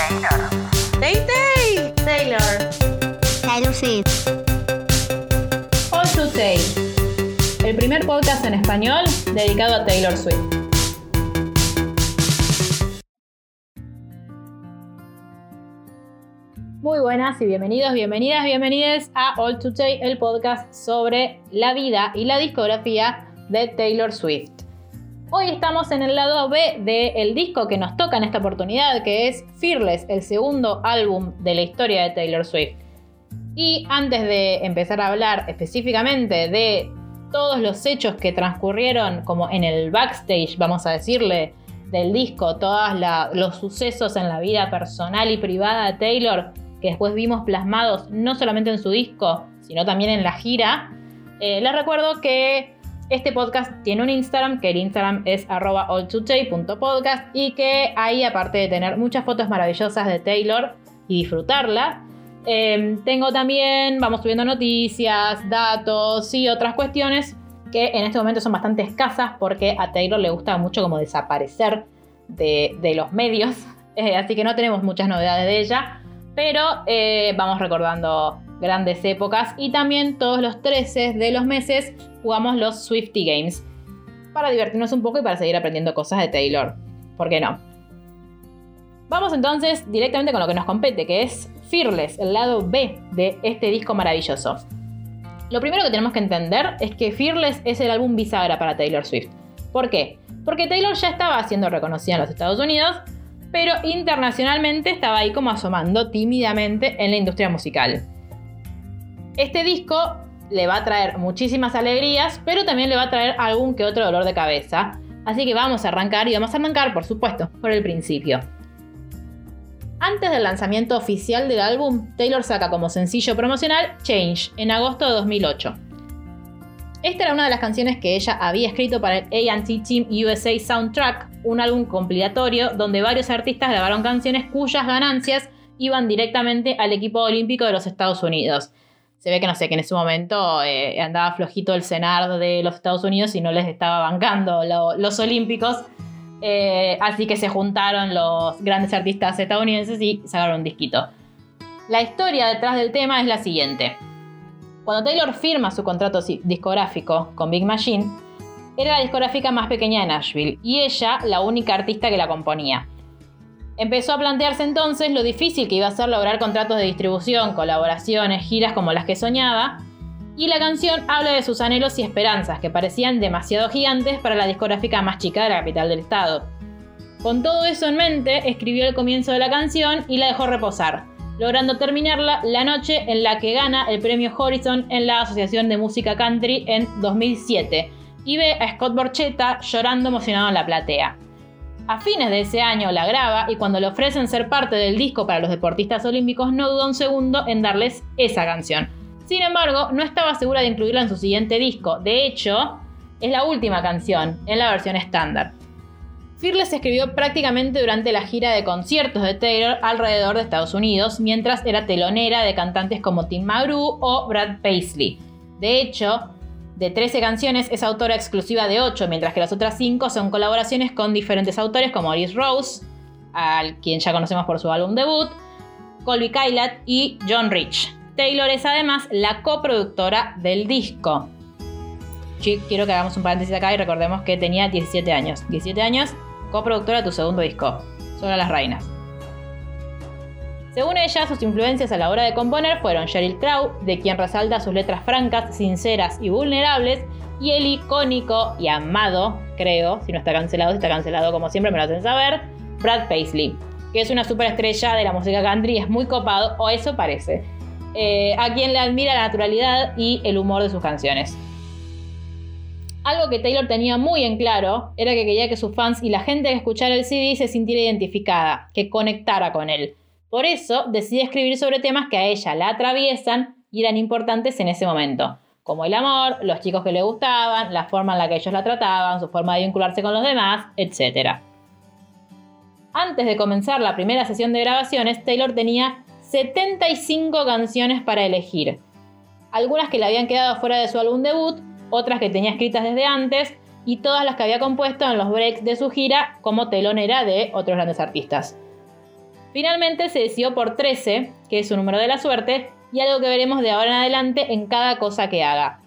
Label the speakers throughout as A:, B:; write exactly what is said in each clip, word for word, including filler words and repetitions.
A: Taylor. Tay Tay. Taylor.
B: Taylor Swift.
C: All to Tay, el primer podcast en español dedicado a Taylor Swift. Muy buenas y bienvenidos, bienvenidas, bienvenides a All to Tay, el podcast sobre la vida y la discografía de Taylor Swift. Hoy estamos en el lado B del disco que nos toca en esta oportunidad, que es Fearless, el segundo álbum de la historia de Taylor Swift. Y antes de empezar a hablar específicamente de todos los hechos que transcurrieron como en el backstage, vamos a decirle, del disco, todos la, los sucesos en la vida personal y privada de Taylor, que después vimos plasmados no solamente en su disco, sino también en la gira, eh, les recuerdo que este podcast tiene un Instagram, que el Instagram es arroba all to tay punto podcast, y que ahí, aparte de tener muchas fotos maravillosas de Taylor y disfrutarla, eh, tengo también, vamos subiendo noticias, datos y otras cuestiones que en este momento son bastante escasas porque a Taylor le gusta mucho como desaparecer de, de los medios, eh, así que no tenemos muchas novedades de ella, pero eh, vamos recordando grandes épocas, y también todos los trece de los meses jugamos los Swiftie Games para divertirnos un poco y para seguir aprendiendo cosas de Taylor. ¿Por qué no? Vamos entonces directamente con lo que nos compete, que es Fearless, el lado B de este disco maravilloso. Lo primero que tenemos que entender es que Fearless es el álbum bisagra para Taylor Swift. ¿Por qué? Porque Taylor ya estaba siendo reconocida en los Estados Unidos, pero internacionalmente estaba ahí como asomando tímidamente en la industria musical. Este disco le va a traer muchísimas alegrías, pero también le va a traer algún que otro dolor de cabeza. Así que vamos a arrancar, y vamos a arrancar, por supuesto, por el principio. Antes del lanzamiento oficial del álbum, Taylor saca como sencillo promocional Change, en agosto de dos mil ocho. Esta era una de las canciones que ella había escrito para el A and T Team U S A Soundtrack, un álbum compilatorio donde varios artistas grabaron canciones cuyas ganancias iban directamente al equipo olímpico de los Estados Unidos. Se ve que no sé, que en ese momento eh, andaba flojito el cenar de los Estados Unidos y no les estaba bancando lo, los olímpicos. Eh, así que se juntaron los grandes artistas estadounidenses y sacaron un disquito. La historia detrás del tema es la siguiente. Cuando Taylor firma su contrato discográfico con Big Machine, era la discográfica más pequeña de Nashville y ella la única artista que la componía. Empezó a plantearse entonces lo difícil que iba a ser lograr contratos de distribución, colaboraciones, giras como las que soñaba, y la canción habla de sus anhelos y esperanzas, que parecían demasiado gigantes para la discográfica más chica de la capital del estado. Con todo eso en mente, escribió el comienzo de la canción y la dejó reposar, logrando terminarla la noche en la que gana el premio Horizon en la Asociación de Música Country en dos mil siete, y ve a Scott Borchetta llorando emocionado en la platea. A fines de ese año la graba, y cuando le ofrecen ser parte del disco para los deportistas olímpicos no duda un segundo en darles esa canción. Sin embargo, no estaba segura de incluirla en su siguiente disco. De hecho, es la última canción en la versión estándar. Fearless se escribió prácticamente durante la gira de conciertos de Taylor alrededor de Estados Unidos, mientras era telonera de cantantes como Tim McGraw o Brad Paisley. De hecho, de trece canciones es autora exclusiva de ocho, mientras que las otras cinco son colaboraciones con diferentes autores como Liz Rose, al quien ya conocemos por su álbum debut, Colby Kylat y John Rich. Taylor es además la coproductora del disco. Sí, quiero que hagamos un paréntesis acá y recordemos que tenía diecisiete años. diecisiete años, coproductora de tu segundo disco, Solo las Reinas. Según ella, sus influencias a la hora de componer fueron Sheryl Crow, de quien resalta sus letras francas, sinceras y vulnerables, y el icónico y amado, creo, si no está cancelado, si está cancelado como siempre me lo hacen saber, Brad Paisley, que es una superestrella de la música country y es muy copado, o eso parece, eh, a quien le admira la naturalidad y el humor de sus canciones. Algo que Taylor tenía muy en claro era que quería que sus fans y la gente que escuchara el C D se sintiera identificada, que conectara con él. Por eso decide escribir sobre temas que a ella la atraviesan y eran importantes en ese momento, como el amor, los chicos que le gustaban, la forma en la que ellos la trataban, su forma de vincularse con los demás, etcétera. Antes de comenzar la primera sesión de grabaciones, Taylor tenía setenta y cinco canciones para elegir. Algunas que le habían quedado fuera de su álbum debut, otras que tenía escritas desde antes, y todas las que había compuesto en los breaks de su gira como telonera de otros grandes artistas. Finalmente se decidió por trece, que es su número de la suerte, y algo que veremos de ahora en adelante en cada cosa que haga.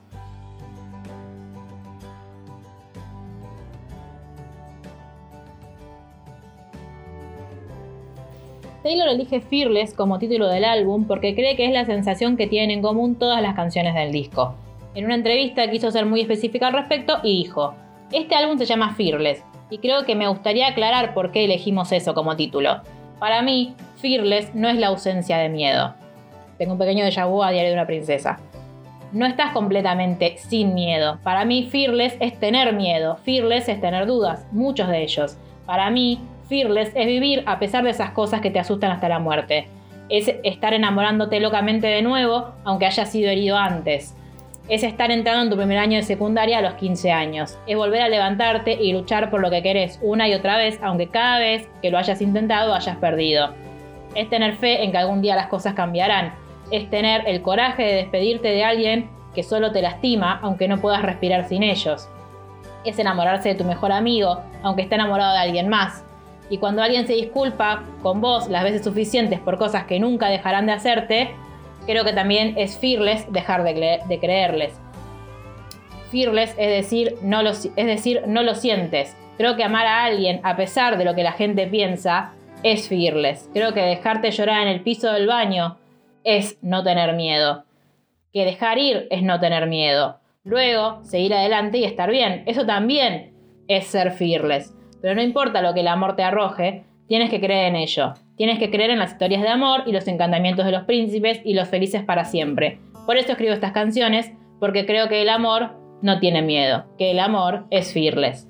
C: Taylor elige Fearless como título del álbum porque cree que es la sensación que tienen en común todas las canciones del disco. En una entrevista quiso ser muy específica al respecto y dijo: este álbum se llama Fearless, y creo que me gustaría aclarar por qué elegimos eso como título. Para mí, Fearless no es la ausencia de miedo. Tengo un pequeño déjà vu a Diario de una princesa. No estás completamente sin miedo. Para mí, Fearless es tener miedo. Fearless es tener dudas, muchos de ellos. Para mí, Fearless es vivir a pesar de esas cosas que te asustan hasta la muerte. Es estar enamorándote locamente de nuevo, aunque hayas sido herido antes. Es estar entrando en tu primer año de secundaria a los quince años. Es volver a levantarte y luchar por lo que querés una y otra vez, aunque cada vez que lo hayas intentado hayas perdido. Es tener fe en que algún día las cosas cambiarán. Es tener el coraje de despedirte de alguien que solo te lastima, aunque no puedas respirar sin ellos. Es enamorarse de tu mejor amigo, aunque esté enamorado de alguien más. Y cuando alguien se disculpa con vos las veces suficientes por cosas que nunca dejarán de hacerte, creo que también es fearless dejar de, cre- de creerles. Fearless es decir, no lo, es decir, no lo sientes. Creo que amar a alguien a pesar de lo que la gente piensa es fearless. Creo que dejarte llorar en el piso del baño es no tener miedo. Que dejar ir es no tener miedo. Luego, seguir adelante y estar bien. Eso también es ser fearless. Pero no importa lo que el amor te arroje, tienes que creer en ello. Tienes que creer en las historias de amor y los encantamientos de los príncipes y los felices para siempre. Por eso escribo estas canciones, porque creo que el amor no tiene miedo, que el amor es fearless.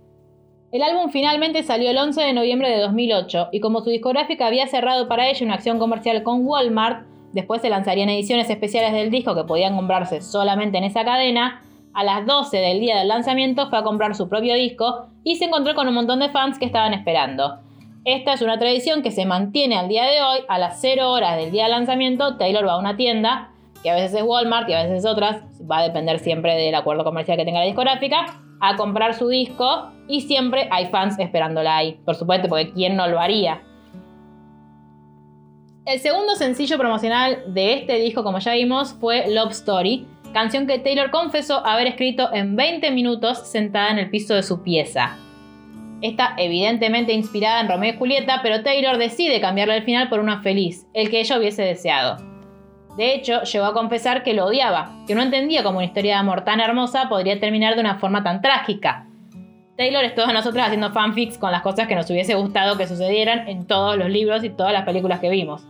C: El álbum finalmente salió el once de noviembre de dos mil ocho y como su discográfica había cerrado para ella una acción comercial con Walmart, después se lanzarían ediciones especiales del disco que podían comprarse solamente en esa cadena. A las doce del día del lanzamiento fue a comprar su propio disco y se encontró con un montón de fans que estaban esperando. Esta es una tradición que se mantiene al día de hoy. A las cero horas del día del lanzamiento, Taylor va a una tienda, que a veces es Walmart y a veces es otras, va a depender siempre del acuerdo comercial que tenga la discográfica, a comprar su disco y siempre hay fans esperándola ahí. Por supuesto, porque ¿quién no lo haría? El segundo sencillo promocional de este disco, como ya vimos, fue Love Story, canción que Taylor confesó haber escrito en veinte minutos sentada en el piso de su pieza. Está evidentemente inspirada en Romeo y Julieta, pero Taylor decide cambiarle el final por uno feliz, el que ella hubiese deseado. De hecho, llegó a confesar que lo odiaba, que no entendía cómo una historia de amor tan hermosa podría terminar de una forma tan trágica. Taylor es todos nosotros haciendo fanfics con las cosas que nos hubiese gustado que sucedieran en todos los libros y todas las películas que vimos.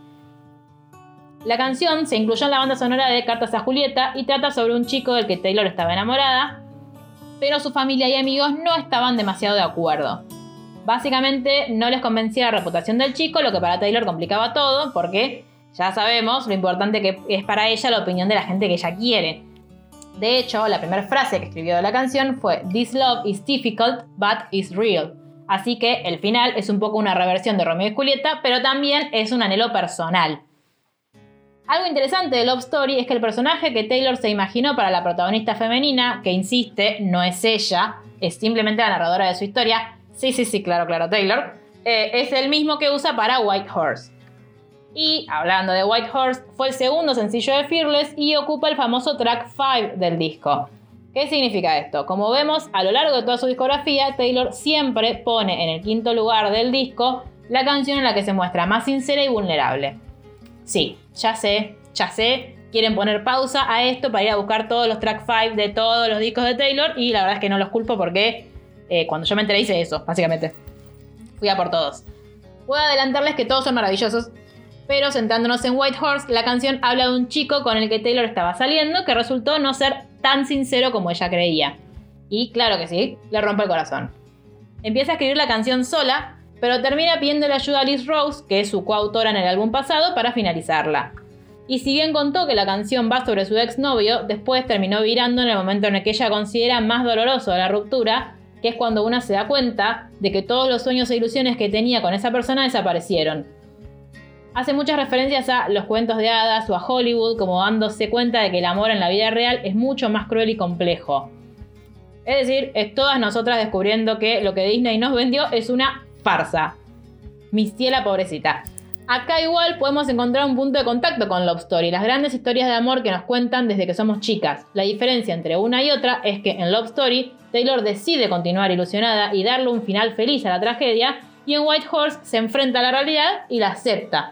C: La canción se incluyó en la banda sonora de Cartas a Julieta y trata sobre un chico del que Taylor estaba enamorada, pero su familia y amigos no estaban demasiado de acuerdo. Básicamente no les convencía la reputación del chico, lo que para Taylor complicaba todo, porque ya sabemos lo importante que es para ella la opinión de la gente que ella quiere. De hecho, la primera frase que escribió de la canción fue "This love is difficult, but it's real". Así que el final es un poco una reversión de Romeo y Julieta, pero también es un anhelo personal. Algo interesante de Love Story es que el personaje que Taylor se imaginó para la protagonista femenina, que insiste, no es ella, es simplemente la narradora de su historia, sí, sí, sí, claro, claro, Taylor, eh, es el mismo que usa para White Horse. Y, hablando de White Horse, fue el segundo sencillo de Fearless y ocupa el famoso track cinco del disco. ¿Qué significa esto? Como vemos, a lo largo de toda su discografía, Taylor siempre pone en el quinto lugar del disco la canción en la que se muestra más sincera y vulnerable. Sí, ya sé, ya sé, quieren poner pausa a esto para ir a buscar todos los track cinco de todos los discos de Taylor y la verdad es que no los culpo porque eh, cuando yo me enteré hice eso, básicamente. Fui a por todos. Puedo adelantarles que todos son maravillosos, pero centrándonos en White Horse, la canción habla de un chico con el que Taylor estaba saliendo que resultó no ser tan sincero como ella creía. Y claro que sí, le rompe el corazón. Empieza a escribir la canción sola, pero termina pidiéndole ayuda a Liz Rose, que es su coautora en el álbum pasado, para finalizarla. Y si bien contó que la canción va sobre su exnovio, después terminó virando en el momento en el que ella considera más doloroso la ruptura, que es cuando una se da cuenta de que todos los sueños e ilusiones que tenía con esa persona desaparecieron. Hace muchas referencias a los cuentos de hadas o a Hollywood, como dándose cuenta de que el amor en la vida real es mucho más cruel y complejo. Es decir, es todas nosotras descubriendo que lo que Disney nos vendió es una farsa. Mi ciela pobrecita. Acá igual podemos encontrar un punto de contacto con Love Story, las grandes historias de amor que nos cuentan desde que somos chicas. La diferencia entre una y otra es que en Love Story, Taylor decide continuar ilusionada y darle un final feliz a la tragedia, y en White Horse se enfrenta a la realidad y la acepta.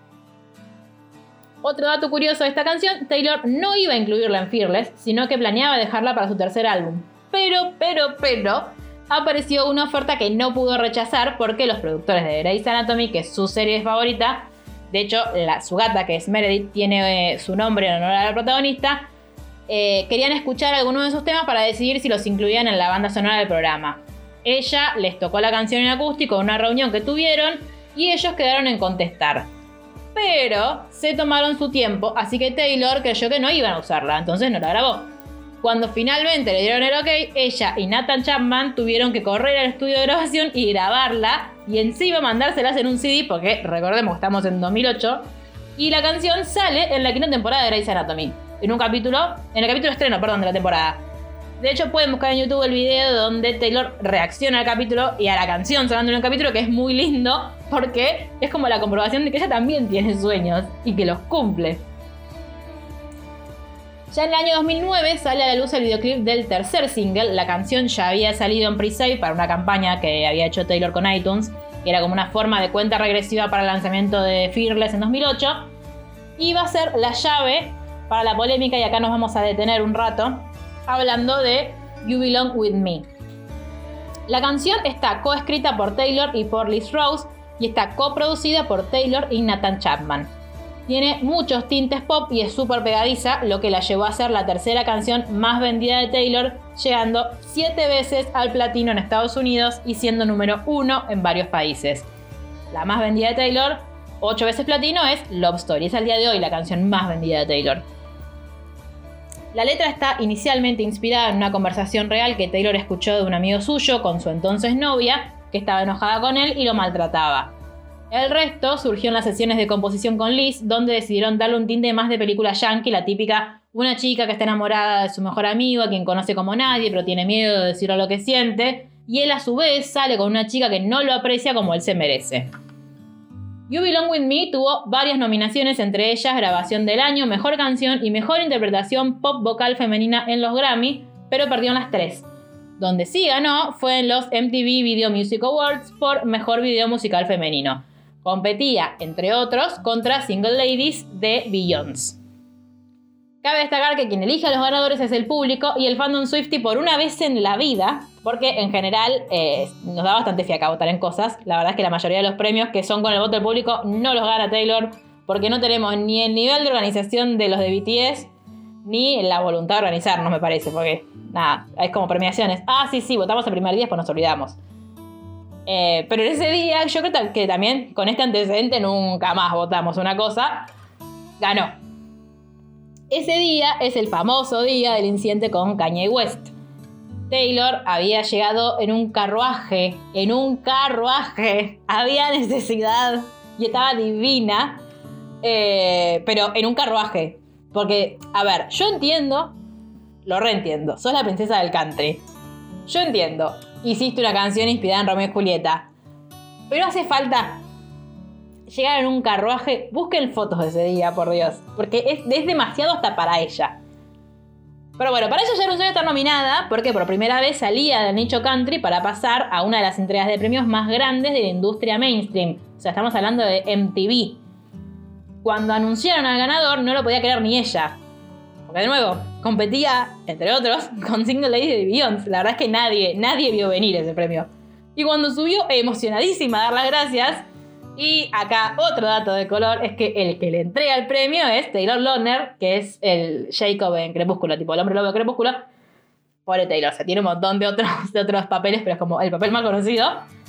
C: Otro dato curioso de esta canción, Taylor no iba a incluirla en Fearless, sino que planeaba dejarla para su tercer álbum. Pero, pero, pero, apareció una oferta que no pudo rechazar porque los productores de Grey's Anatomy, que es su serie favorita, de hecho, la, su gata, que es Meredith, tiene eh, su nombre en honor a la protagonista, eh, querían escuchar algunos de sus temas para decidir si los incluían en la banda sonora del programa. Ella les tocó la canción en acústico en una reunión que tuvieron y ellos quedaron en contestar. Pero se tomaron su tiempo, así que Taylor creyó que no iban a usarla, entonces no la grabó. Cuando finalmente le dieron el ok, ella y Nathan Chapman tuvieron que correr al estudio de grabación y grabarla y encima mandárselas en un C D, porque recordemos que estamos en dos mil ocho, y la canción sale en la quinta temporada de Grey's Anatomy, en un capítulo, en el capítulo estreno, perdón, de la temporada. De hecho, pueden buscar en YouTube el video donde Taylor reacciona al capítulo y a la canción sonando en el capítulo, que es muy lindo, porque es como la comprobación de que ella también tiene sueños y que los cumple. Ya en el año dos mil nueve sale a la luz el videoclip del tercer single. La canción ya había salido en pre-sale para una campaña que había hecho Taylor con iTunes, que era como una forma de cuenta regresiva para el lanzamiento de Fearless en dos mil ocho. Y va a ser la llave para la polémica, y acá nos vamos a detener un rato hablando de You Belong With Me. La canción está coescrita por Taylor y por Liz Rose y está coproducida por Taylor y Nathan Chapman. Tiene muchos tintes pop y es súper pegadiza, lo que la llevó a ser la tercera canción más vendida de Taylor, llegando siete veces al platino en Estados Unidos y siendo número uno en varios países. La más vendida de Taylor, ocho veces platino, es Love Story. Es al día de hoy la canción más vendida de Taylor. La letra está inicialmente inspirada en una conversación real que Taylor escuchó de un amigo suyo con su entonces novia, que estaba enojada con él y lo maltrataba. El resto surgió en las sesiones de composición con Liz, donde decidieron darle un tinte más de película yankee, la típica una chica que está enamorada de su mejor amigo, a quien conoce como nadie, pero tiene miedo de decirle lo que siente, y él a su vez sale con una chica que no lo aprecia como él se merece. You Belong With Me tuvo varias nominaciones, entre ellas Grabación del Año, Mejor Canción y Mejor Interpretación Pop Vocal Femenina en los Grammy, pero perdió en las tres. Donde sí ganó fue en los M T V Video Music Awards por Mejor Video Musical Femenino. Competía, entre otros, contra Single Ladies de Beyoncé. Cabe destacar que quien elige a los ganadores es el público y el fandom Swiftie por una vez en la vida, porque en general eh, nos da bastante fiaca votar en cosas. La verdad es que la mayoría de los premios que son con el voto del público no los gana Taylor, porque no tenemos ni el nivel de organización de los de B T S, ni la voluntad de organizarnos, me parece, porque nada, es como premiaciones. Ah, sí, sí, votamos el primer día, pues nos olvidamos. Eh, pero en ese día, yo creo que también con este antecedente nunca más votamos una cosa, ganó. Ese día es el famoso día del incidente con Kanye West. Taylor había llegado en un carruaje, en un carruaje, había necesidad y estaba divina, eh, pero en un carruaje. Porque, a ver, yo entiendo, lo reentiendo, sos la princesa del country. Yo entiendo, hiciste una canción inspirada en Romeo y Julieta, pero hace falta llegar en un carruaje. Busquen fotos de ese día, por Dios, porque es, es demasiado hasta para ella. Pero bueno, para ella ya era un sueño estar nominada, porque por primera vez salía del nicho country para pasar a una de las entregas de premios más grandes de la industria mainstream. O sea, estamos hablando de M T V. Cuando anunciaron al ganador, no lo podía creer ni ella. Porque de nuevo, competía, entre otros, con Single Ladies de Beyoncé. La verdad es que nadie, nadie vio venir ese premio. Y cuando subió, emocionadísima a dar las gracias. Y acá otro dato de color es que el que le entrega el premio es Taylor Lautner, que es el Jacob en Crepúsculo, tipo el hombre lobo de Crepúsculo. Pobre Taylor, o sea, tiene un montón de otros, de otros papeles, pero es como el papel más conocido.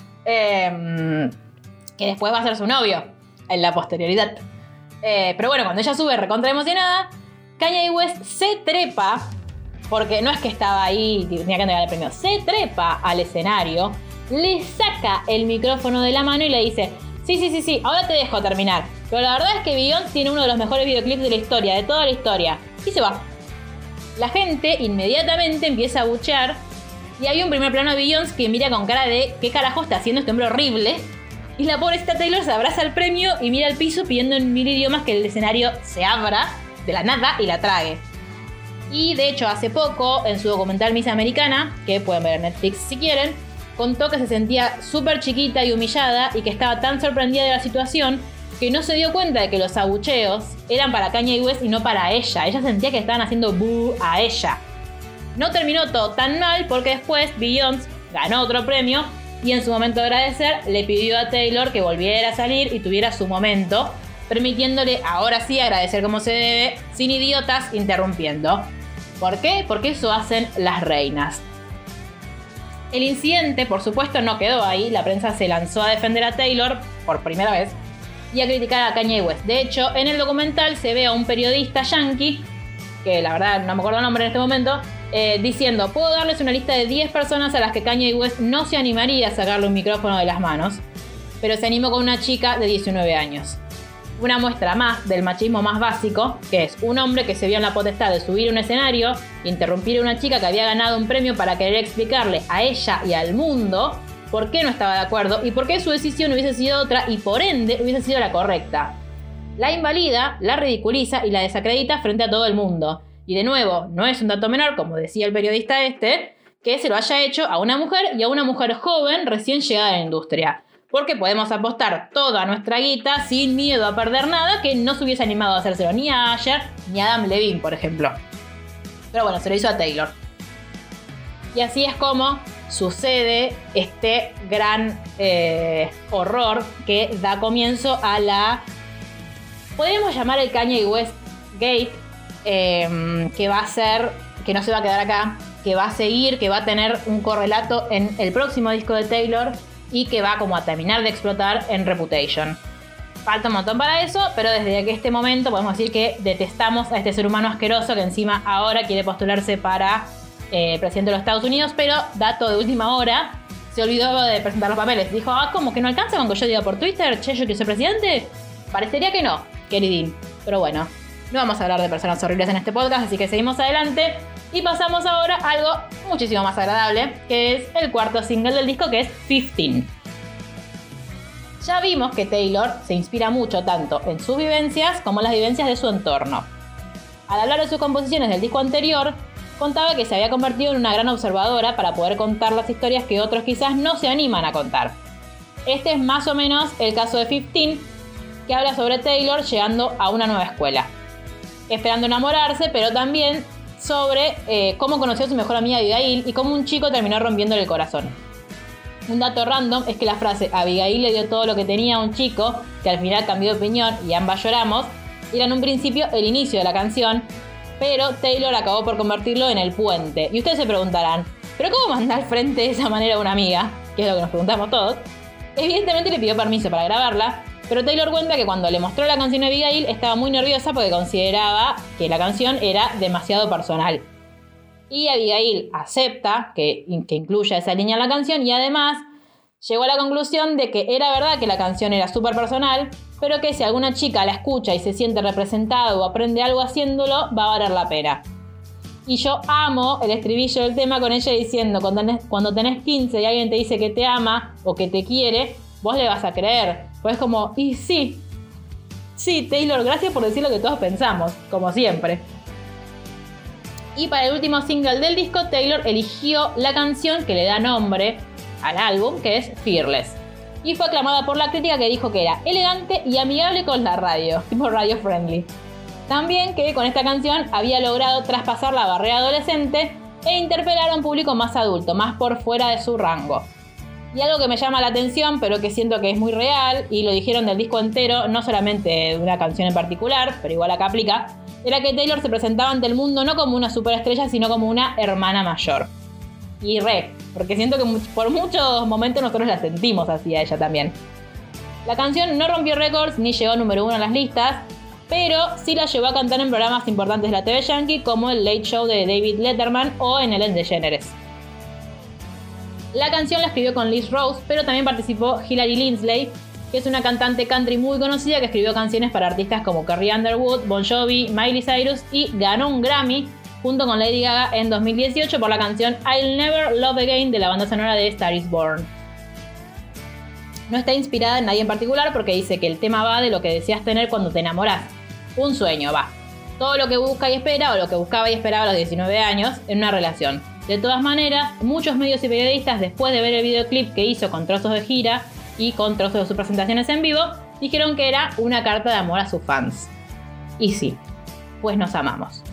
C: Eh, que después va a ser su novio en la posterioridad. Eh, pero bueno, cuando ella sube recontra emocionada, Kanye West se trepa, porque no es que estaba ahí y tenía que entregar el premio, se trepa al escenario, le saca el micrófono de la mano y le dice: Sí, sí, sí, sí, ahora te dejo terminar. Pero la verdad es que Beyoncé tiene uno de los mejores videoclips de la historia, de toda la historia. Y se va. La gente inmediatamente empieza a buchear. Y hay un primer plano de Beyoncé que mira con cara de ¿qué carajo está haciendo este hombre horrible? Y la pobrecita Taylor se abraza al premio y mira al piso pidiendo en mil idiomas que el escenario se abra de la nada y la trague. Y de hecho hace poco, en su documental Miss Americana, que pueden ver en Netflix si quieren, contó que se sentía súper chiquita y humillada y que estaba tan sorprendida de la situación que no se dio cuenta de que los abucheos eran para Kanye West y no para ella. Ella sentía que estaban haciendo boo a ella. No terminó todo tan mal porque después Beyoncé ganó otro premio y en su momento de agradecer le pidió a Taylor que volviera a salir y tuviera su momento, permitiéndole ahora sí agradecer como se debe, sin idiotas interrumpiendo. ¿Por qué? Porque eso hacen las reinas. El incidente, por supuesto, no quedó ahí. La prensa se lanzó a defender a Taylor por primera vez y a criticar a Kanye West. De hecho, en el documental se ve a un periodista yankee, que la verdad no me acuerdo el nombre en este momento, eh, diciendo: puedo darles una lista de diez personas a las que Kanye West no se animaría a sacarle un micrófono de las manos, pero se animó con una chica de diecinueve años. Una muestra más del machismo más básico, que es un hombre que se vio en la potestad de subir a un escenario, interrumpir a una chica que había ganado un premio para querer explicarle a ella y al mundo por qué no estaba de acuerdo y por qué su decisión hubiese sido otra y por ende hubiese sido la correcta. La invalida, la ridiculiza y la desacredita frente a todo el mundo. Y de nuevo, no es un dato menor, como decía el periodista este, que se lo haya hecho a una mujer y a una mujer joven recién llegada a la industria. Porque podemos apostar toda nuestra guita sin miedo a perder nada que no se hubiese animado a hacérselo ni a Asher ni a Adam Levine, por ejemplo. Pero bueno, se lo hizo a Taylor. Y así es como sucede este gran eh, horror que da comienzo a la... podríamos llamar el Kanye West Gate, eh, que va a ser, que no se va a quedar acá, que va a seguir, que va a tener un correlato en el próximo disco de Taylor y que va como a terminar de explotar en Reputation. Falta un montón para eso, pero desde este momento podemos decir que detestamos a este ser humano asqueroso que encima ahora quiere postularse para eh, presidente de los Estados Unidos, pero dato de última hora, se olvidó de presentar los papeles. Dijo: ah, ¿cómo que no alcanza con que yo diga por Twitter, che, yo quiero ser presidente? Parecería que no, queridín. Pero bueno, no vamos a hablar de personas horribles en este podcast, así que seguimos adelante. Y pasamos ahora a algo muchísimo más agradable, que es el cuarto single del disco, que es quince. Ya vimos que Taylor se inspira mucho tanto en sus vivencias como en las vivencias de su entorno. Al hablar de sus composiciones del disco anterior, contaba que se había convertido en una gran observadora para poder contar las historias que otros quizás no se animan a contar. Este es más o menos el caso de quince, que habla sobre Taylor llegando a una nueva escuela, esperando enamorarse, pero también sobre eh, cómo conoció a su mejor amiga Abigail y cómo un chico terminó rompiéndole el corazón. Un dato random es que la frase Abigail le dio todo lo que tenía a un chico, que al final cambió de opinión y ambas lloramos, era en un principio el inicio de la canción, pero Taylor acabó por convertirlo en el puente. Y ustedes se preguntarán, ¿pero cómo mandar al frente de esa manera a una amiga? Que es lo que nos preguntamos todos. Evidentemente le pidió permiso para grabarla, pero Taylor cuenta que cuando le mostró la canción a Abigail estaba muy nerviosa porque consideraba que la canción era demasiado personal. Y Abigail acepta que, que incluya esa línea en la canción y además llegó a la conclusión de que era verdad que la canción era súper personal, pero que si alguna chica la escucha y se siente representada o aprende algo haciéndolo, va a valer la pena. Y yo amo el estribillo del tema con ella diciendo: cuando tenés, cuando tenés quince y alguien te dice que te ama o que te quiere, vos le vas a creer. Pues es como, y sí, sí, Taylor, gracias por decir lo que todos pensamos, como siempre. Y para el último single del disco, Taylor eligió la canción que le da nombre al álbum, que es Fearless. Y fue aclamada por la crítica, que dijo que era elegante y amigable con la radio, tipo radio friendly. También que con esta canción había logrado traspasar la barrera adolescente e interpelar a un público más adulto, más por fuera de su rango. Y algo que me llama la atención, pero que siento que es muy real, y lo dijeron del disco entero, no solamente de una canción en particular, pero igual acá aplica, era que Taylor se presentaba ante el mundo no como una superestrella, sino como una hermana mayor. Y re, porque siento que por muchos momentos nosotros la sentimos así a ella también. La canción no rompió récords ni llegó número uno en las listas, pero sí la llevó a cantar en programas importantes de la T V Yankee, como el Late Show de David Letterman o en Ellen DeGeneres. La canción la escribió con Liz Rose, pero también participó Hilary Linsley, que es una cantante country muy conocida que escribió canciones para artistas como Carrie Underwood, Bon Jovi, Miley Cyrus, y ganó un Grammy junto con Lady Gaga en dos mil dieciocho por la canción I'll Never Love Again de la banda sonora de Star Is Born. No está inspirada en nadie en particular porque dice que el tema va de lo que deseas tener cuando te enamorás. Un sueño, va. Todo lo que busca y espera o lo que buscaba y esperaba a los diecinueve años en una relación. De todas maneras, muchos medios y periodistas, después de ver el videoclip que hizo con trozos de gira y con trozos de sus presentaciones en vivo, dijeron que era una carta de amor a sus fans. Y sí, pues nos amamos.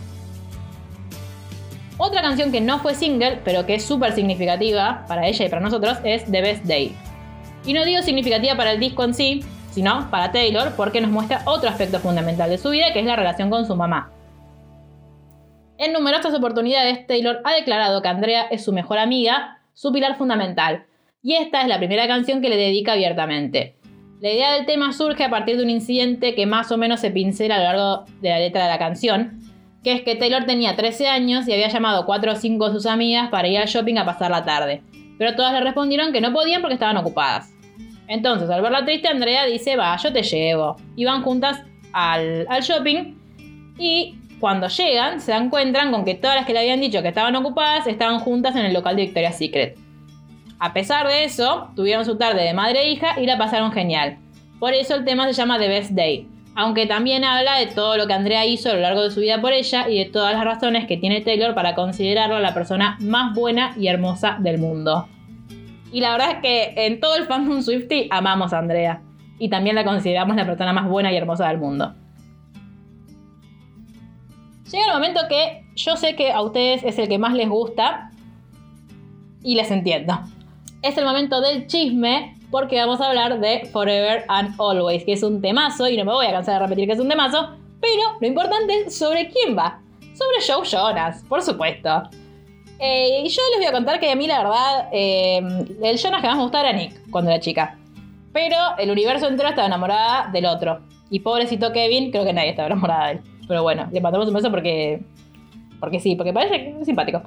C: Otra canción que no fue single, pero que es súper significativa para ella y para nosotros, es The Best Day. Y no digo significativa para el disco en sí, sino para Taylor, porque nos muestra otro aspecto fundamental de su vida, que es la relación con su mamá. En numerosas oportunidades, Taylor ha declarado que Andrea es su mejor amiga, su pilar fundamental, y esta es la primera canción que le dedica abiertamente. La idea del tema surge a partir de un incidente que más o menos se pincela a lo largo de la letra de la canción, que es que Taylor tenía trece años y había llamado cuatro o cinco de sus amigas para ir al shopping a pasar la tarde, pero todas le respondieron que no podían porque estaban ocupadas. Entonces, al verla triste, Andrea dice, va, yo te llevo. Y van juntas al, al shopping y cuando llegan se encuentran con que todas las que le habían dicho que estaban ocupadas estaban juntas en el local de Victoria's Secret. A pesar de eso, tuvieron su tarde de madre e hija y la pasaron genial. Por eso el tema se llama The Best Day, aunque también habla de todo lo que Andrea hizo a lo largo de su vida por ella y de todas las razones que tiene Taylor para considerarla la persona más buena y hermosa del mundo. Y la verdad es que en todo el fandom Swiftie amamos a Andrea y también la consideramos la persona más buena y hermosa del mundo. Llega el momento que yo sé que a ustedes es el que más les gusta y les entiendo. Es el momento del chisme porque vamos a hablar de Forever and Always, que es un temazo y no me voy a cansar de repetir que es un temazo, pero lo importante es sobre quién va. Sobre Joe Jonas, por supuesto. Eh, y yo les voy a contar que a mí la verdad eh, el Jonas que más me gustaba era Nick cuando era chica. Pero el universo entero estaba enamorada del otro. Y pobrecito Kevin, creo que nadie estaba enamorada de él. Pero bueno, le mandamos un beso porque... Porque sí, porque parece simpático.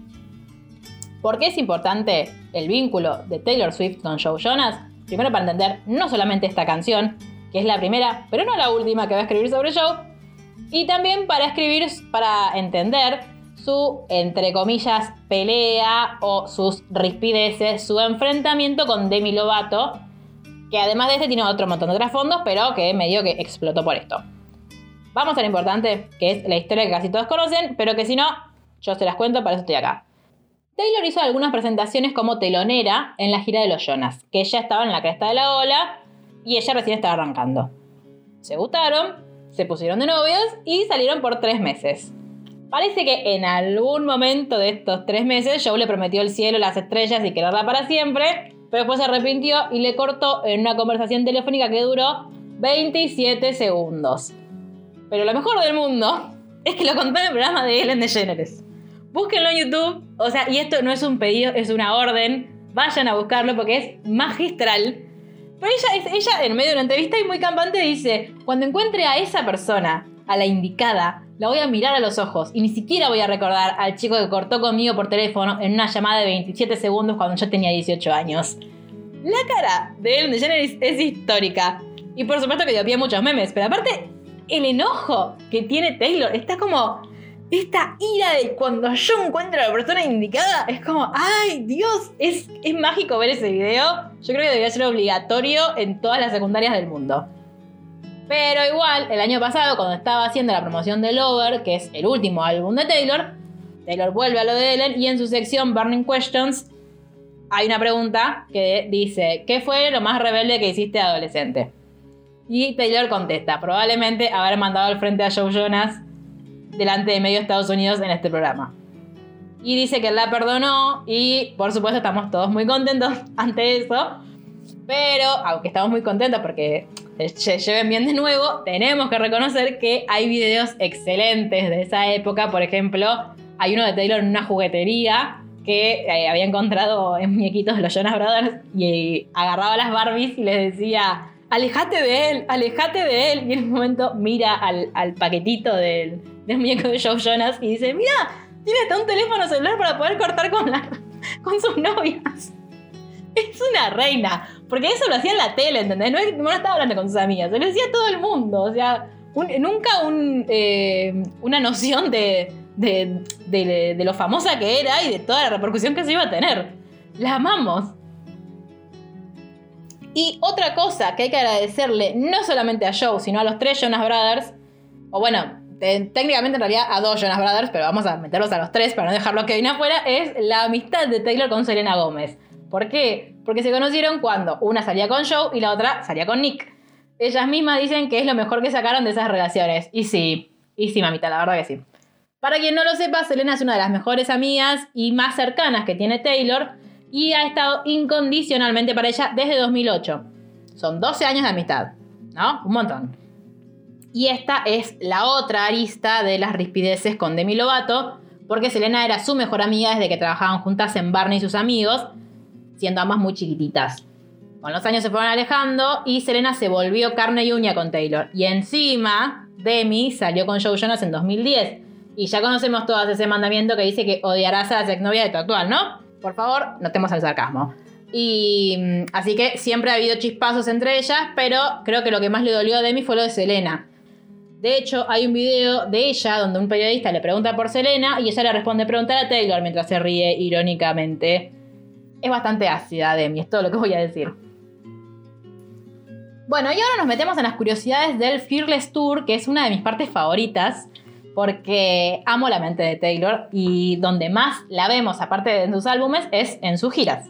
C: ¿Por qué es importante el vínculo de Taylor Swift con Joe Jonas? Primero para entender no solamente esta canción, que es la primera, pero no la última que va a escribir sobre Joe. Y también para escribir, para entender su, entre comillas, pelea o sus rispideces, su enfrentamiento con Demi Lovato, que además de este tiene otro montón de trasfondos, pero que medio que explotó por esto. Vamos a lo importante, que es la historia que casi todos conocen, pero que si no, yo se las cuento, para eso estoy acá. Taylor hizo algunas presentaciones como telonera en la gira de los Jonas, que ella estaba en la cresta de la ola y ella recién estaba arrancando. Se gustaron, se pusieron de novios y salieron por tres meses. Parece que en algún momento de estos tres meses Joe le prometió el cielo, las estrellas y quererla para siempre, pero después se arrepintió y le cortó en una conversación telefónica que duró veintisiete segundos. Pero lo mejor del mundo es que lo contó en el programa de Ellen DeGeneres. Búsquenlo en YouTube, o sea, y esto no es un pedido, es una orden. Vayan a buscarlo porque es magistral. Pero ella, es, ella en medio de una entrevista y muy campante dice, cuando encuentre a esa persona, a la indicada, la voy a mirar a los ojos y ni siquiera voy a recordar al chico que cortó conmigo por teléfono en una llamada de veintisiete segundos cuando yo tenía dieciocho años. La cara de Ellen DeGeneres es histórica. Y por supuesto que dio pie a muchos memes, pero aparte, el enojo que tiene Taylor está como... Esta ira de cuando yo encuentro a la persona indicada es como, ¡ay, Dios! Es, es mágico ver ese video. Yo creo que debería ser obligatorio en todas las secundarias del mundo. Pero igual, el año pasado, cuando estaba haciendo la promoción de Lover, que es el último álbum de Taylor, Taylor vuelve a lo de Ellen y en su sección Burning Questions hay una pregunta que dice, ¿qué fue lo más rebelde que hiciste de adolescente? Y Taylor contesta, probablemente haber mandado al frente a Joe Jonas delante de medio Estados Unidos en este programa. Y dice que él la perdonó y por supuesto estamos todos muy contentos ante eso. Pero, aunque estamos muy contentos porque se lleven bien de nuevo, tenemos que reconocer que hay videos excelentes de esa época. Por ejemplo, hay uno de Taylor en una juguetería que eh, había encontrado en muñequitos de los Jonas Brothers y agarraba a las Barbies y les decía, alejate de él, alejate de él. Y en un momento mira al, al paquetito del, del muñeco de Joe Jonas y dice, mira, tiene hasta un teléfono celular para poder cortar con, la, con sus novias. Es una reina, porque eso lo hacía en la tele, ¿entendés? No, es, no estaba hablando con sus amigas, se lo decía a todo el mundo. O sea, un, nunca un, eh, una noción de, de, de, de lo famosa que era y de toda la repercusión que se iba a tener. La amamos. Y otra cosa que hay que agradecerle no solamente a Joe, sino a los tres Jonas Brothers, o bueno, te, técnicamente en realidad a dos Jonas Brothers, pero vamos a meterlos a los tres para no dejarlo a Kevin afuera, es la amistad de Taylor con Selena Gómez. ¿Por qué? Porque se conocieron cuando una salía con Joe y la otra salía con Nick. Ellas mismas dicen que es lo mejor que sacaron de esas relaciones. Y sí, y sí, mamita, la verdad que sí. Para quien no lo sepa, Selena es una de las mejores amigas y más cercanas que tiene Taylor y ha estado incondicionalmente para ella desde dos mil ocho. Son doce años de amistad, ¿no? Un montón. Y esta es la otra arista de las rispideces con Demi Lovato, porque Selena era su mejor amiga desde que trabajaban juntas en Barney y sus amigos, siendo ambas muy chiquititas. Con los años se fueron alejando y Selena se volvió carne y uña con Taylor. Y encima, Demi salió con Joe Jonas en dos mil diez. Y ya conocemos todas ese mandamiento que dice que odiarás a las exnovias de tu actual, ¿no? Por favor, notemos el sarcasmo. Y así que siempre ha habido chispazos entre ellas, pero creo que lo que más le dolió a Demi fue lo de Selena. De hecho, hay un video de ella donde un periodista le pregunta por Selena y ella le responde preguntar a Taylor mientras se ríe irónicamente. Es bastante ácida Demi, es todo lo que voy a decir. Bueno, y ahora nos metemos en las curiosidades del Fearless Tour, que es una de mis partes favoritas, porque amo la mente de Taylor y donde más la vemos, aparte de en sus álbumes, es en sus giras.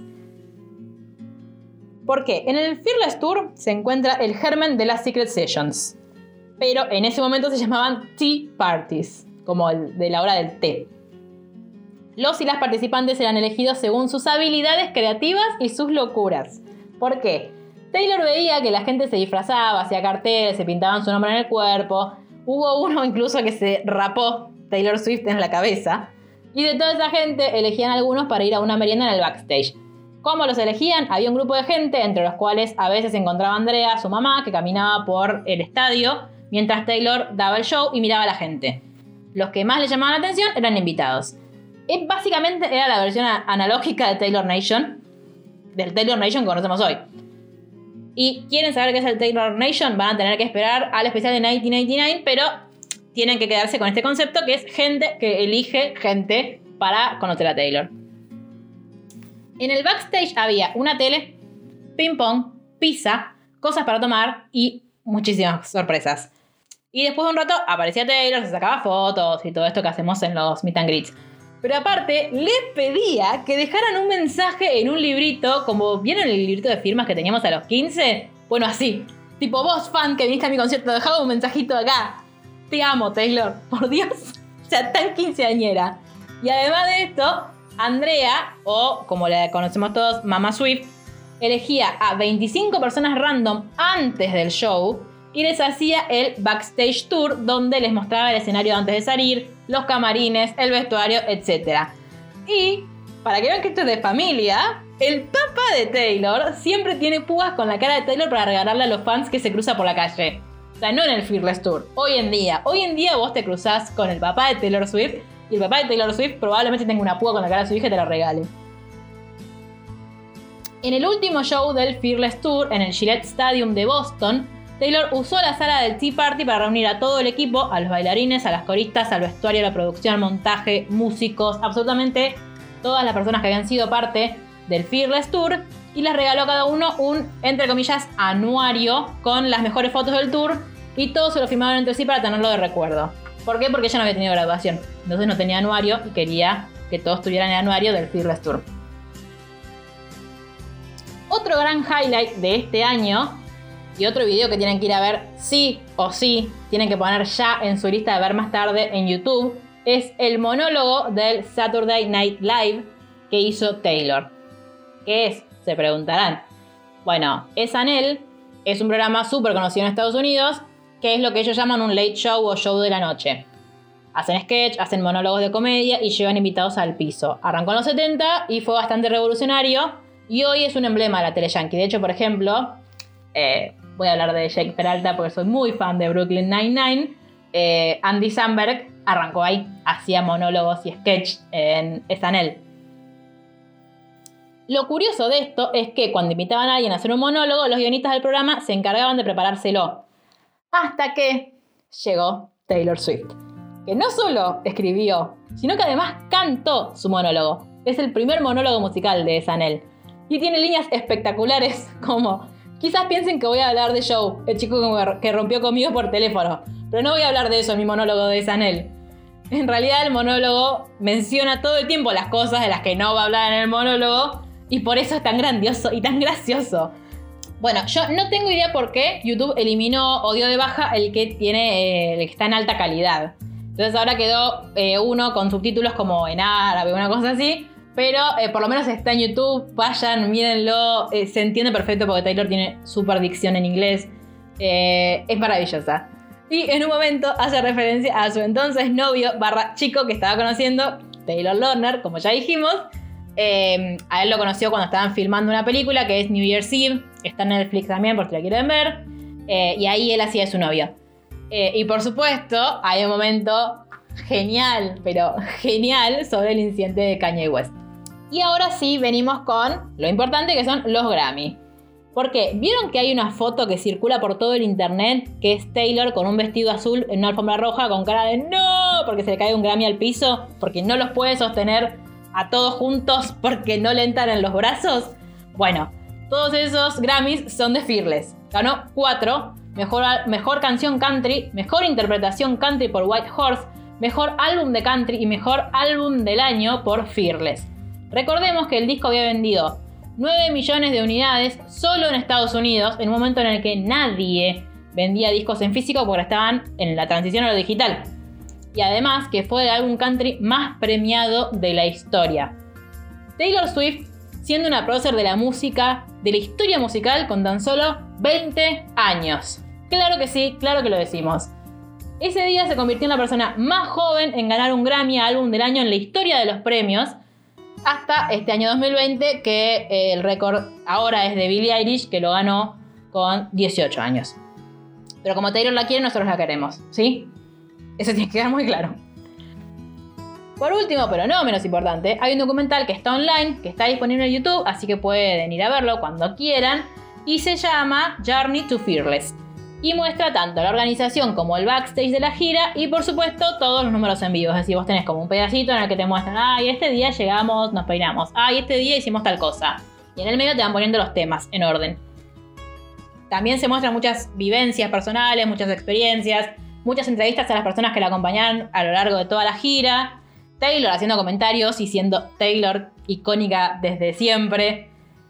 C: ¿Por qué? En el Fearless Tour se encuentra el germen de las Secret Sessions, pero en ese momento se llamaban Tea Parties, como el de la hora del té. Los y las participantes eran elegidos según sus habilidades creativas y sus locuras. ¿Por qué? Taylor veía que la gente se disfrazaba, hacía carteles, se pintaban su nombre en el cuerpo. Hubo uno incluso que se rapó Taylor Swift en la cabeza. Y de toda esa gente elegían algunos para ir a una merienda en el backstage. ¿Cómo los elegían? Había un grupo de gente, entre los cuales a veces se encontraba Andrea, su mamá, que caminaba por el estadio, mientras Taylor daba el show y miraba a la gente. Los que más le llamaban la atención eran invitados. Y básicamente era la versión analógica de Taylor Nation, del Taylor Nation que conocemos hoy. Y quieren saber qué es el Taylor Nation, van a tener que esperar al especial de mil novecientos noventa y nueve, pero tienen que quedarse con este concepto que es gente que elige gente para conocer a Taylor. En el backstage había una tele, ping pong, pizza, cosas para tomar y muchísimas sorpresas. Y después de un rato aparecía Taylor, se sacaba fotos y todo esto que hacemos en los meet and greets. Pero aparte, les pedía que dejaran un mensaje en un librito, como ¿vieron el librito de firmas que teníamos a los quince? Bueno, así. Tipo, vos, fan, que viniste a mi concierto, dejaba un mensajito acá. Te amo, Taylor. Por Dios. O sea, tan quinceañera. Y además de esto, Andrea, o como la conocemos todos, Mama Swift, elegía a veinticinco personas random antes del show y les hacía el backstage tour donde les mostraba el escenario antes de salir, los camarines, el vestuario, etcétera. Y, para que vean que esto es de familia, el papá de Taylor siempre tiene púas con la cara de Taylor para regalarle a los fans que se cruza por la calle. O sea, no en el Fearless Tour, hoy en día. Hoy en día vos te cruzás con el papá de Taylor Swift y el papá de Taylor Swift probablemente tenga una púa con la cara de su hija y te la regale. En el último show del Fearless Tour, en el Gillette Stadium de Boston, Taylor usó la sala del Tea Party para reunir a todo el equipo, a los bailarines, a las coristas, al vestuario, a la producción, montaje, músicos, absolutamente todas las personas que habían sido parte del Fearless Tour, y les regaló a cada uno un, entre comillas, anuario con las mejores fotos del tour, y todos se lo firmaron entre sí para tenerlo de recuerdo. ¿Por qué? Porque ella no había tenido graduación, entonces no tenía anuario y quería que todos tuvieran el anuario del Fearless Tour. Otro gran highlight de este año, y otro video que tienen que ir a ver sí o sí, tienen que poner ya en su lista de ver más tarde en YouTube, es el monólogo del Saturday Night Live que hizo Taylor. ¿Qué es? Se preguntarán. Bueno, S N L es un programa súper conocido en Estados Unidos, que es lo que ellos llaman un late show o show de la noche. Hacen sketch, hacen monólogos de comedia y llevan invitados al piso. Arrancó en los setenta y fue bastante revolucionario, y hoy es un emblema de la tele yankee. De hecho, por ejemplo, eh, voy a hablar de Jake Peralta porque soy muy fan de Brooklyn Nine-Nine. Eh, Andy Samberg arrancó ahí, hacía monólogos y sketch en S N L. Lo curioso de esto es que cuando invitaban a alguien a hacer un monólogo, los guionistas del programa se encargaban de preparárselo. Hasta que llegó Taylor Swift, que no solo escribió, sino que además cantó su monólogo. Es el primer monólogo musical de S N L. Y tiene líneas espectaculares como Quizás piensen que voy a hablar de Joe, el chico que rompió conmigo por teléfono, pero no voy a hablar de eso en mi monólogo de Sanel. En realidad el monólogo menciona todo el tiempo las cosas de las que no va a hablar en el monólogo y por eso es tan grandioso y tan gracioso. Bueno, yo no tengo idea por qué YouTube eliminó o dio de baja el que tiene, eh, el que está en alta calidad. Entonces ahora quedó eh, uno con subtítulos como en árabe, una cosa así. Pero eh, por lo menos está en YouTube, vayan, mírenlo. Eh, se entiende perfecto porque Taylor tiene súper dicción en inglés. Eh, es maravillosa. Y en un momento hace referencia a su entonces novio barra chico que estaba conociendo, Taylor Lautner, como ya dijimos. Eh, a él lo conoció cuando estaban filmando una película que es New Year's Eve. Está en Netflix también por si la quieren ver. Eh, y ahí él hacía de su novio. Eh, y por supuesto, hay un momento genial, pero genial, sobre el incidente de Kanye West. Y ahora sí venimos con lo importante que son los Grammy. Porque ¿vieron que hay una foto que circula por todo el internet que es Taylor con un vestido azul en una alfombra roja con cara de ¡no! Porque se le cae un Grammy al piso, porque no los puede sostener a todos juntos porque no le entran en los brazos? Bueno, todos esos Grammys son de Fearless. Ganó cuatro. Mejor, mejor canción country, mejor interpretación country por White Horse, mejor álbum de country y mejor álbum del año por Fearless. Recordemos que el disco había vendido nueve millones de unidades solo en Estados Unidos, en un momento en el que nadie vendía discos en físico porque estaban en la transición a lo digital. Y además que fue el álbum country más premiado de la historia. Taylor Swift, siendo una prócer de la música, de la historia musical con tan solo veinte años. Claro que sí, claro que lo decimos. Ese día se convirtió en la persona más joven en ganar un Grammy a álbum del año en la historia de los premios, hasta este año dos mil veinte, que eh, el récord ahora es de Billie Eilish, que lo ganó con dieciocho años. Pero como Taylor la quiere, nosotros la queremos, ¿sí? Eso tiene que quedar muy claro. Por último, pero no menos importante, hay un documental que está online, que está disponible en YouTube, así que pueden ir a verlo cuando quieran, y se llama Journey to Fearless. Y muestra tanto la organización como el backstage de la gira y por supuesto todos los números en vivo. Es decir, vos tenés como un pedacito en el que te muestran, ay, este día llegamos, nos peinamos, ay, este día hicimos tal cosa. Y en el medio te van poniendo los temas en orden. También se muestran muchas vivencias personales, muchas experiencias, muchas entrevistas a las personas que la acompañaron a lo largo de toda la gira. Taylor haciendo comentarios y siendo Taylor icónica desde siempre.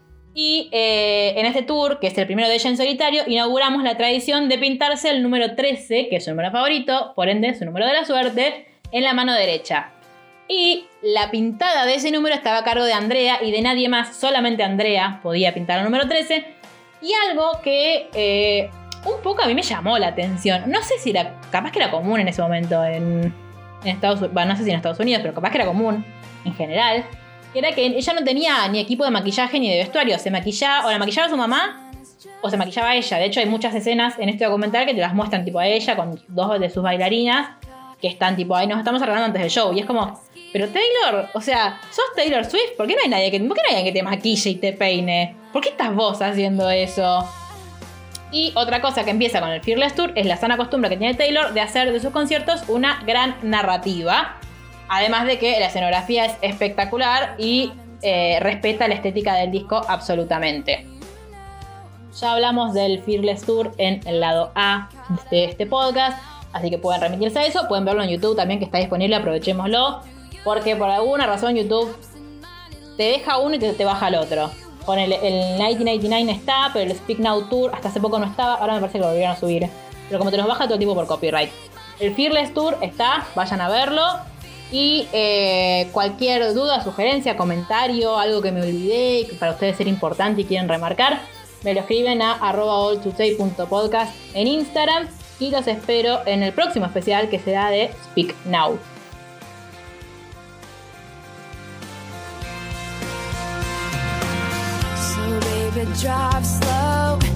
C: Y eh, en este tour, que es el primero de ella en solitario, inauguramos la tradición de pintarse el número trece, que es su número favorito, por ende su número de la suerte, en la mano derecha. Y la pintada de ese número estaba a cargo de Andrea y de nadie más, solamente Andrea podía pintar el número trece. Y algo que eh, un poco a mí me llamó la atención. No sé si era, capaz que era común en ese momento en, en Estados Unidos, bueno, no sé si en Estados Unidos, pero capaz que era común en general. Era que ella no tenía ni equipo de maquillaje ni de vestuario. Se maquillaba, o la maquillaba su mamá, o se maquillaba a ella. De hecho, hay muchas escenas en este documental que te las muestran tipo a ella con dos de sus bailarinas que están tipo, ahí nos estamos arreglando antes del show. Y es como, pero Taylor, o sea, sos Taylor Swift, ¿por qué no hay nadie que, ¿por qué no hay alguien que te maquille y te peine? ¿Por qué estás vos haciendo eso? Y otra cosa que empieza con el Fearless Tour es la sana costumbre que tiene Taylor de hacer de sus conciertos una gran narrativa. Además de que la escenografía es espectacular y eh, respeta la estética del disco absolutamente. Ya hablamos del Fearless Tour en el lado A de este podcast, así que pueden remitirse a eso, pueden verlo en YouTube también que está disponible, aprovechémoslo, porque por alguna razón YouTube te deja uno y te, te baja el otro. Con el, el mil novecientos ochenta y nueve está, pero el Speak Now Tour hasta hace poco no estaba, ahora me parece que lo volvieron a subir. Pero como te los baja todo el tiempo por copyright. El Fearless Tour está, vayan a verlo. Y eh, cualquier duda, sugerencia, comentario, algo que me olvidé, que para ustedes era importante y quieren remarcar, me lo escriben a arroba all to say punto podcast en Instagram y los espero en el próximo especial que será de Speak Now.
D: So baby, drive slow.